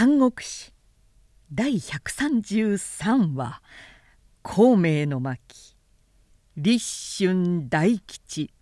三国志第133話孔明の巻立春大吉。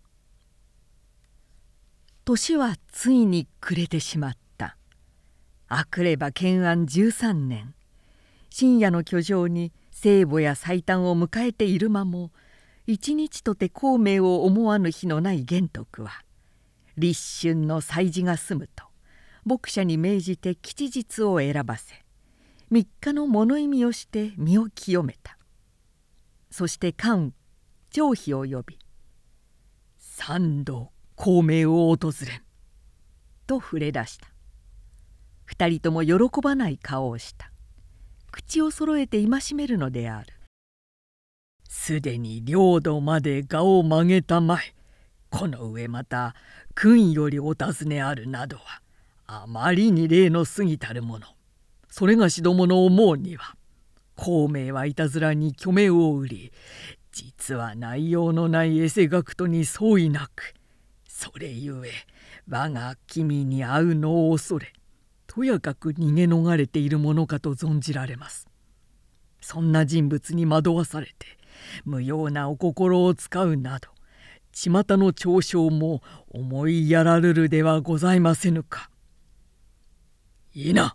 年はついに暮れてしまった。あくれば建安13年、深夜の居城に聖母や祭誕を迎えている間も、一日とて孔明を思わぬ日のない玄徳は、立春の祭事が済むと牧者に命じて吉日を選ばせ、3日の物意味をして身を清めた。そして関羽張飛を呼び「三度孔明を訪れん」と触れ出した。2人とも喜ばない顔をした。口を揃えて戒めるのである。すでに領土まで我を曲げたまえ。この上また君よりお尋ねあるなどはあまりに礼の過ぎたるもの。それがしどもの思うには、孔明はいたずらに虚名を売り、実は内容のないエセ学徒に相違なく、それゆえ我が君に会うのを恐れ、とやかく逃げ逃れているものかと存じられます。そんな人物に惑わされて無用なお心を使うなど、巷の嘲笑も思いやられるではございませぬか。いいな。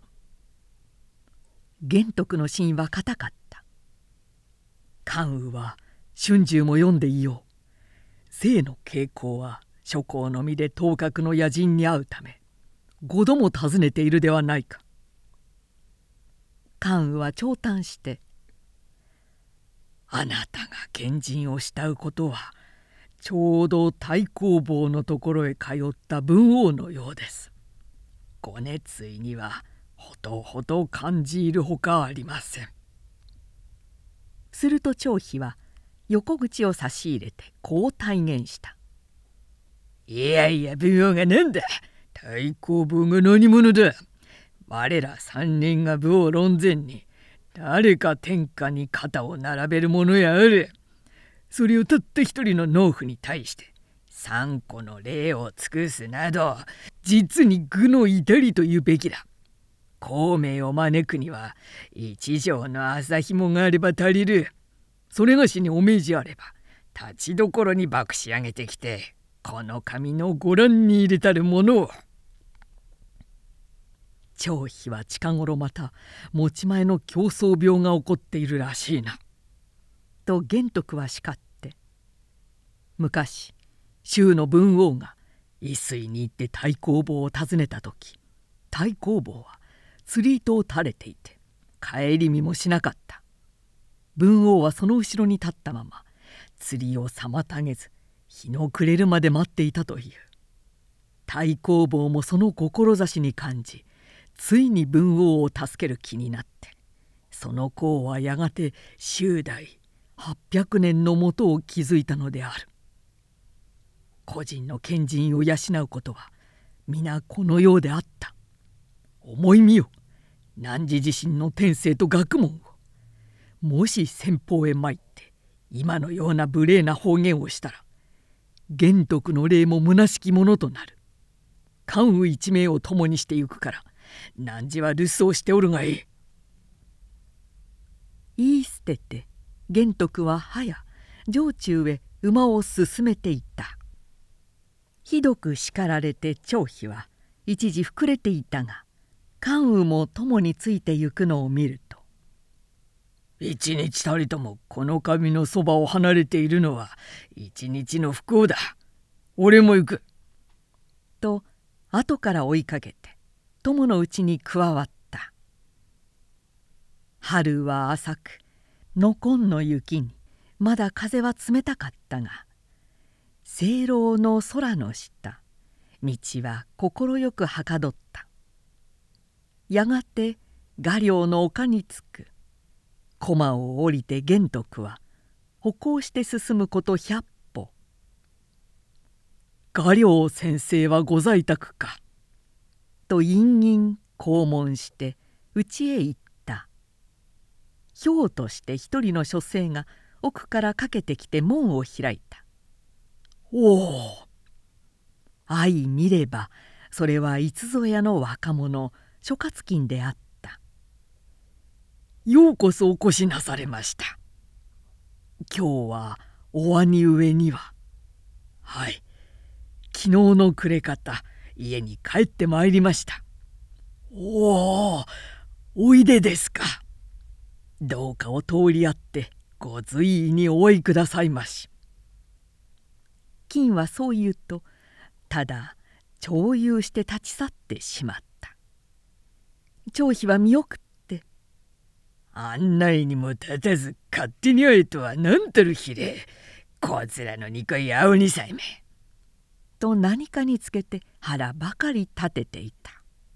玄徳の心は固かった。関羽は春秋も読んでいよう。生の傾向は諸侯の身で頭角の野人に会うため5度も訪ねているではないか。関羽は長嘆して「あなたが賢人を慕うことはちょうど太公望のところへ通った文王のようです。ご熱意にはほとほと感じるほかありません。」すると張飛は横口を差し入れてこう体現した。「いやいや文王が何だ。太公望が何者だ。我ら3人が武を論前に誰か天下に肩を並べる者やある。それをたった一人の農夫に対して3個の礼を尽くすなど、実に愚の至りというべきだ。孔明を招くには一畳の麻紐があれば足りる。それがしにお命じあれば立ちどころにばくし上げてきて、この紙のご覧に入れたるものを。張飛は近頃また持ち前の競争病が起こっているらしいな。と玄徳は叱って、昔周の文王が伊水に行って太公望を訪ねた時、太公望は釣り糸を垂れていて帰り見もしなかった。文王はその後ろに立ったまま釣りを妨げず日の暮れるまで待っていたという。太公望もその志に感じ、ついに文王を助ける気になって、その功はやがて周代800年のもとを築いたのである。個人の賢人を養うことは皆このようであった。思いみよ、汝自身の天性と学問を。もし先方へ参って今のような無礼な方言をしたら、玄徳の礼も虚しきものとなる。関羽一命を共にしてゆくから、汝は留守をしておるがいい。言い捨てて玄徳は早城中へ馬を進めていった。ひどく叱られて張飛は一時膨れていたが、関羽も共についてゆくのを見ると、一日たりともこの神のそばを離れているのは一日の不幸だ。俺も行く。と後から追いかけて友のうちに加わった。春は浅く、のこんの雪にまだ風は冷たかったが、清朗の空の下、道は快くはかどった。やがて画領の丘に着く。駒を降りて玄徳は歩行して進むこと100歩。「画領先生はご在宅か」と隠々叩問して家へ行った。ひょうとして一人の書生が奥からかけてきて門を開いた。おお。相見ればそれはいつぞやの若者諸葛金であった。ようこそお越しなされました。今日はお兄上には、はい、昨日の暮れ方家に帰ってまいりました。おお、おいでですか。どうかお通りあってご随意にお会いくださいまし。金はそう言うとただ朝遊して立ち去ってしまった。張飛は見送って「案内にも立たず勝手に会えとは何たるひれ、こちらの憎い青二歳め」と何かにつけて腹ばかり立てていた。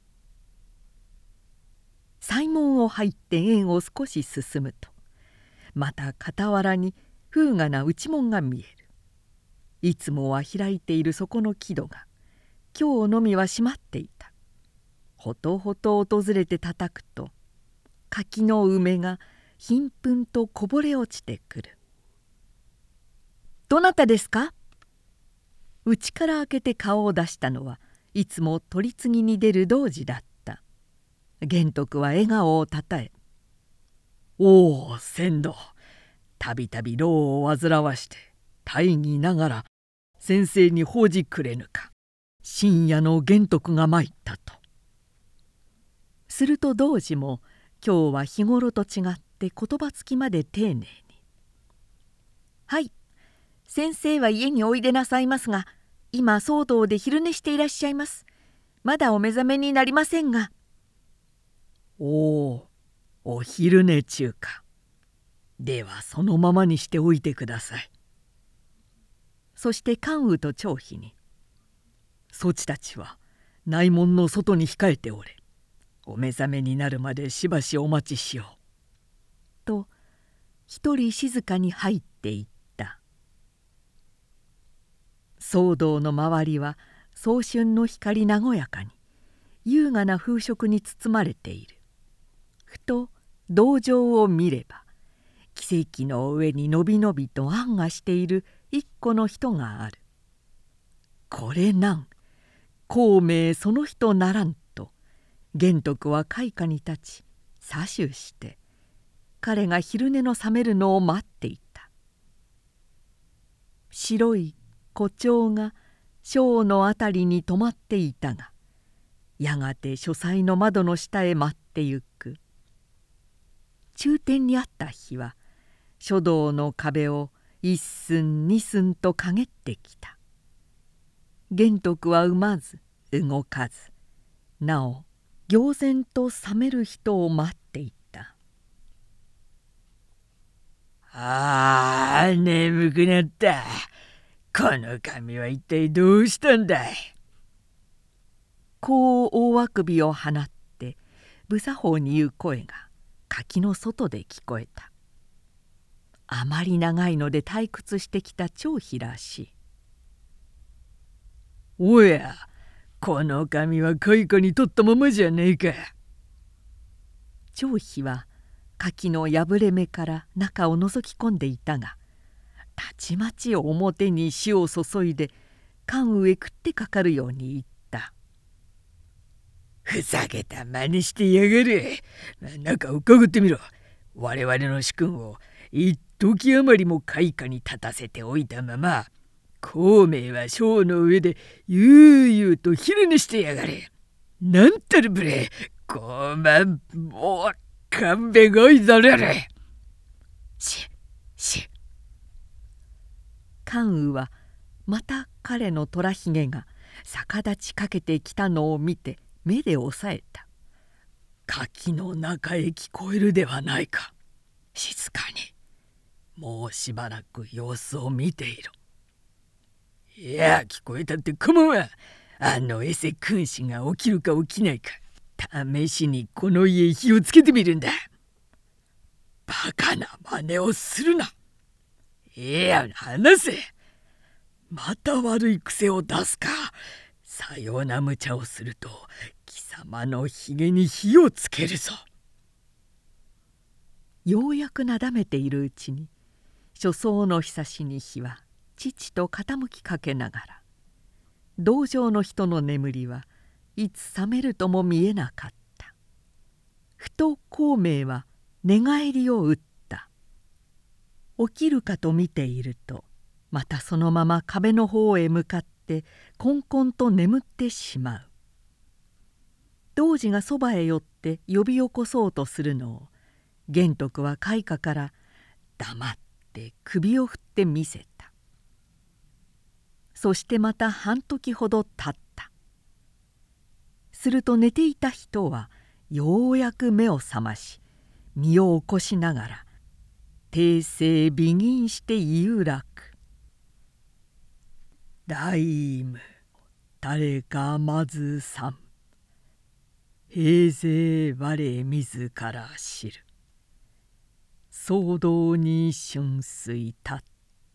西門を入って縁を少し進むとまた傍らに風雅な内門が見える。いつもは開いているそこの木戸が今日のみは閉まっていた。ほとほと訪れて叩くと柿の梅が頻々とこぼれ落ちてくる。「どなたですか？」内から開けて顔を出したのはいつも取り次ぎに出る童子だった。玄徳は笑顔をたたえ「おお船頭、たびたび労を煩わして大義ながら先生に報じくれぬか。深夜の玄徳が参った」と。すると童子も今日は日頃と違って言葉つきまで丁寧に「はい、先生は家においでなさいますが今騒動で昼寝していらっしゃいます。まだお目覚めになりませんが」。「おお、お昼寝中か。ではそのままにしておいてください。」そして関羽と張飛に「そちたちは内門の外に控えておれ。お目覚めになるまでしばしお待ちしよう」と一人静かに入っていった。騒動の周りは早春の光和やかに優雅な風色に包まれている。ふと道場を見れば奇跡の上にのびのびと安がしている一個の人がある。これなん孔明その人ならんと玄徳は階下に立ち左手して彼が昼寝の覚めるのを待っていた。白い胡蝶が小のあたりに止まっていたがやがて書斎の窓の下へ舞ってゆく。中天にあった日は書道の壁を一寸二寸と陰ってきた。玄徳はまず動かずなお仰然と覚める人を待っていた。「ああ、眠くなった。この髪は一体どうしたんだい。」こう大あくびを放って不作法に言う声が柿の外で聞こえた。あまり長いので退屈してきた張飛らしい。「おや、この髪は開花に取ったままじゃねえか。」張飛は柿の破れ目から中を覗き込んでいたがたちまち表に火を注いで関羽へ食ってかかるように言った「ふざけた真似してやがれ。中をかぐってみろ。我々の主君を一時余りも開花に立たせておいたまま孔明は将の上で悠々と昼寝してやがれ。なんたる無礼。ごまんもう勘弁おいざれれ。し関羽はまた彼の虎ひげが逆立ちかけてきたのを見て目で押さえた。柿の中へ聞こえるではないか。静かにもうしばらく様子を見ていろ。いや、聞こえたって構わん。あのエセ君子が起きるか起きないか試しにこの家火をつけてみるんだ。バカな真似をするな。いや、話せ。また悪い癖を出すか。さような無茶をすると貴様のひげに火をつけるぞ。ようやくなだめているうちに初霜の日差しに火は父と傾きかけながら道場の人の眠りはいつ覚めるとも見えなかった。 ふと孔明は寝返りを打った。起きるかと見ていると、またそのまま壁の方へ向かってこんこんと眠ってしまう。童子がそばへ寄って呼び起こそうとするのを、玄徳は開花から黙って首を振ってみせた。そしてまた半時ほど経った。すると寝ていた人はようやく目を覚まし、身を起こしながら訂正美吟して言うらく。大夢誰かまずさん、平成我自ら知る。騒動に春水立って、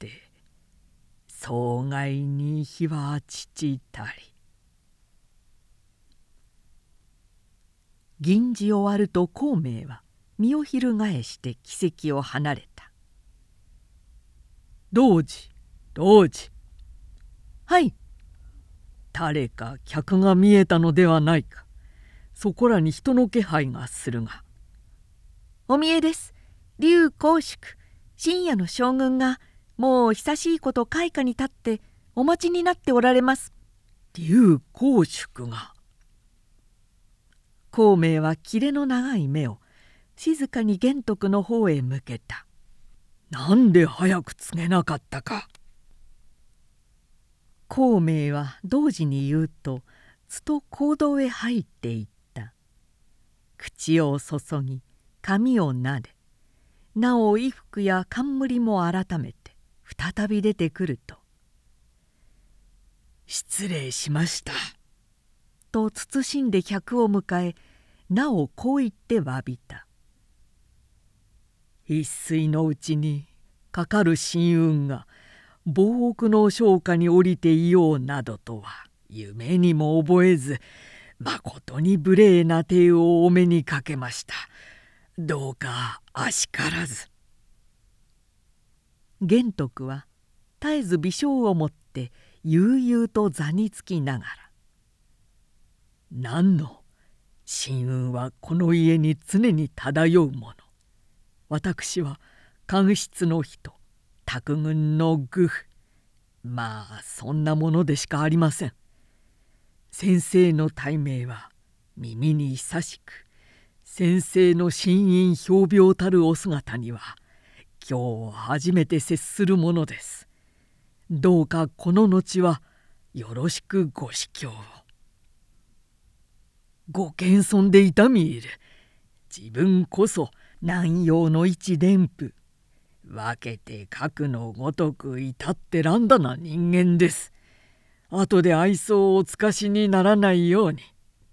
草害に火は父たり。吟じ終わると孔明は身を翻して奇跡を離れた。童子、童子。はい。誰か客が見えたのではないか。そこらに人の気配がするが。お見えです。劉公祝、深夜の将軍がもう久しいこと開花に立ってお待ちになっておられます。劉公祝が。孔明は切れの長い目を静かに玄徳の方へ向けた。なんで早く告げなかったか。孔明は童子に言うとつと講堂へ入っていった。口を注ぎ髪をなで、なお衣服や冠も改めて再び出てくると「失礼しました」と慎んで客を迎え、なおこう言って詫びた。一睡のうちにかかる神運が防北の昇華に降りていようなどとは夢にも覚えず、まことに無礼な体をお目にかけました。どうかあしからず。玄徳は絶えず微笑をもって悠々と座につきながら「何の神運はこの家に常に漂うもの。私は官室の人、宅軍の愚夫、まあそんなものでしかありません。先生の大名は耳に久しく、先生の真因表病たるお姿には今日初めて接するものです。どうかこの後はよろしくご指教を。ご謙遜で痛み入る。自分こそ南陽の一伝夫。分けて核のごとく至って乱だな人間です。後で愛想をおつかしにならないように。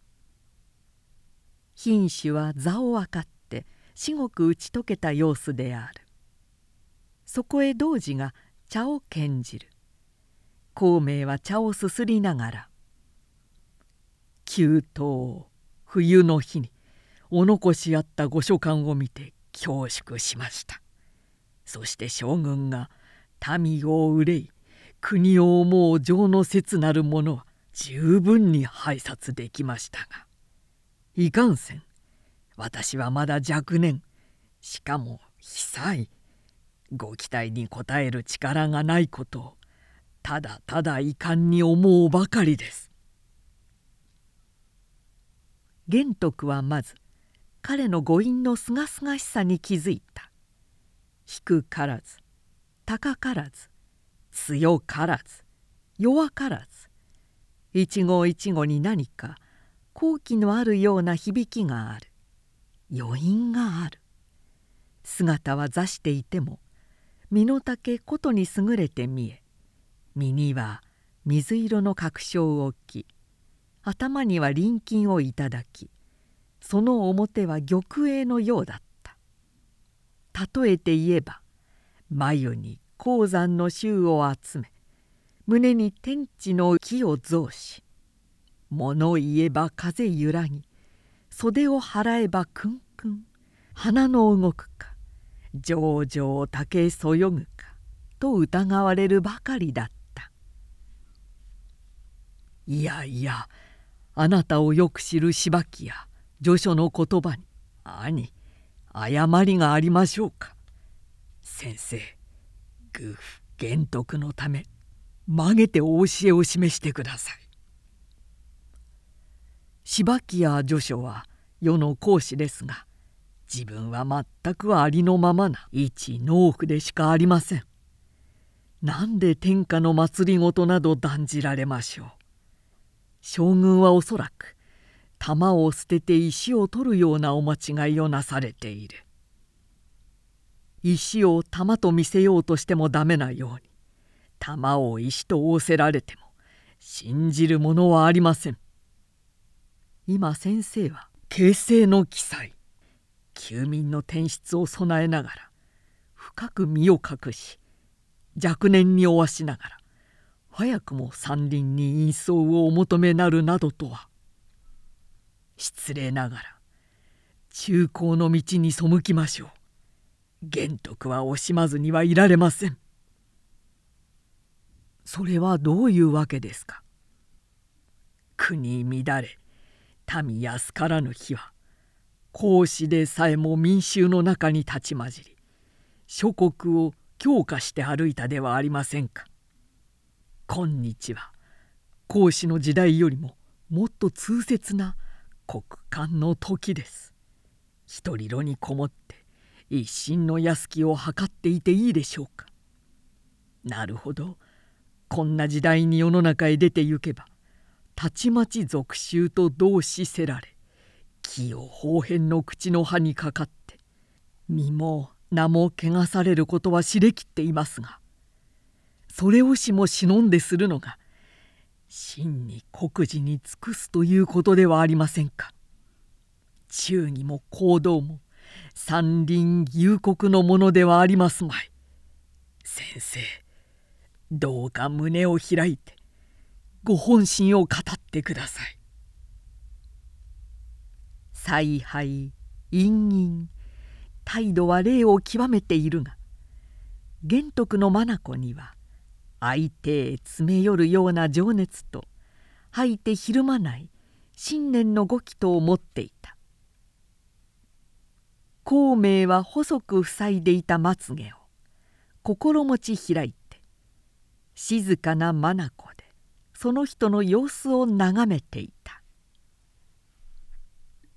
品種は座を分かって至極打ち解けた様子である。そこへ童子が茶を献じる。孔明は茶をすすりながら「急冬冬の日にお残しあったご書簡を見て恐縮しました。そして将軍が民を憂い国を思う情の切なるものは十分に拝察できましたが、いかんせん私はまだ若年、しかも非才、ご期待に応える力がないことをただただ遺憾に思うばかりです。」玄徳はまず彼の語彙のすがすがしさに気づいた。低からず高からず強からず弱からず、一語一語に何か好機のあるような響きがある、余韻がある。姿は座していても身の丈ことに優れて見え、身には水色の角章を置き、頭には輪金をいただき、その表は玉栄のようだった。例えて言えば眉に鉱山の衆を集め、胸に天地の木を増し、物言えば風揺らぎ、袖を払えばクンクン、花の動くか、上々竹そよぐかと疑われるばかりだった。いやいや、あなたをよく知るしばきや序書の言葉に兄、誤りがありましょうか。先生、愚夫玄徳のため曲げてお教えを示してください。柴木や序書は世の講師ですが、自分は全くありのままな一農夫でしかありません。なんで天下の祭りごとなど断じられましょう。将軍はおそらく玉を捨てて石を取るようなお間違いをなされている。石を玉と見せようとしてもダメなように、玉を石と仰せられても信じるものはありません。今先生は形勢の記載、休眠の転出を備えながら深く身を隠し、若年におわしながら早くも山林に隠相をお求めなるなどとは、失礼ながら中高の道に背きましょう。玄徳は惜しまずにはいられません。それはどういうわけですか。国乱れ民安からぬ日は、孔子でさえも民衆の中に立ち混じり、諸国を強化して歩いたではありませんか。今日は孔子の時代よりももっと痛切な国間の時です。一人炉にこもって一身の安きを図っていていいでしょうか。なるほど、こんな時代に世の中へ出て行けば、たちまち俗衆と同視せられ、器用方変の口の歯にかかって、身も名も汚されることは知れきっていますが、それをしも忍んでするのが真に国事に尽くすということではありませんか。忠義も行動も山林幽谷のものではありますまい。先生、どうか胸を開いてご本心を語ってください。采配陰陰、態度は礼を極めているが、玄徳の眼には相手へ詰め寄るような情熱と、吐いてひるまない信念の語気とを持っていた。孔明は細く塞いでいたまつげを心持ち開いて、静かな眼でその人の様子を眺めていた。